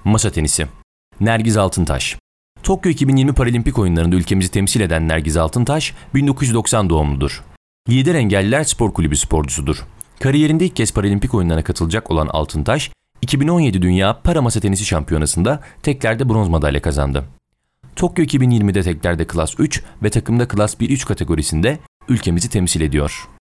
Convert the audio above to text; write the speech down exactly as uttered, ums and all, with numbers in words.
Masa tenisi. Nergiz Altıntaş. Tokyo iki bin yirmi Paralimpik oyunlarında ülkemizi temsil eden Nergiz Altıntaş, bin dokuz yüz doksan doğumludur. Lider Engelliler Spor Kulübü sporcusudur. Kariyerinde ilk kez Paralimpik oyunlarına katılacak olan Altıntaş, iki bin on yedi Dünya Para Masa Tenisi Şampiyonası'nda teklerde bronz madalya kazandı. Tokyo iki bin yirmide teklerde Klas üç ve takımda Klas bir üç kategorisinde ülkemizi temsil ediyor.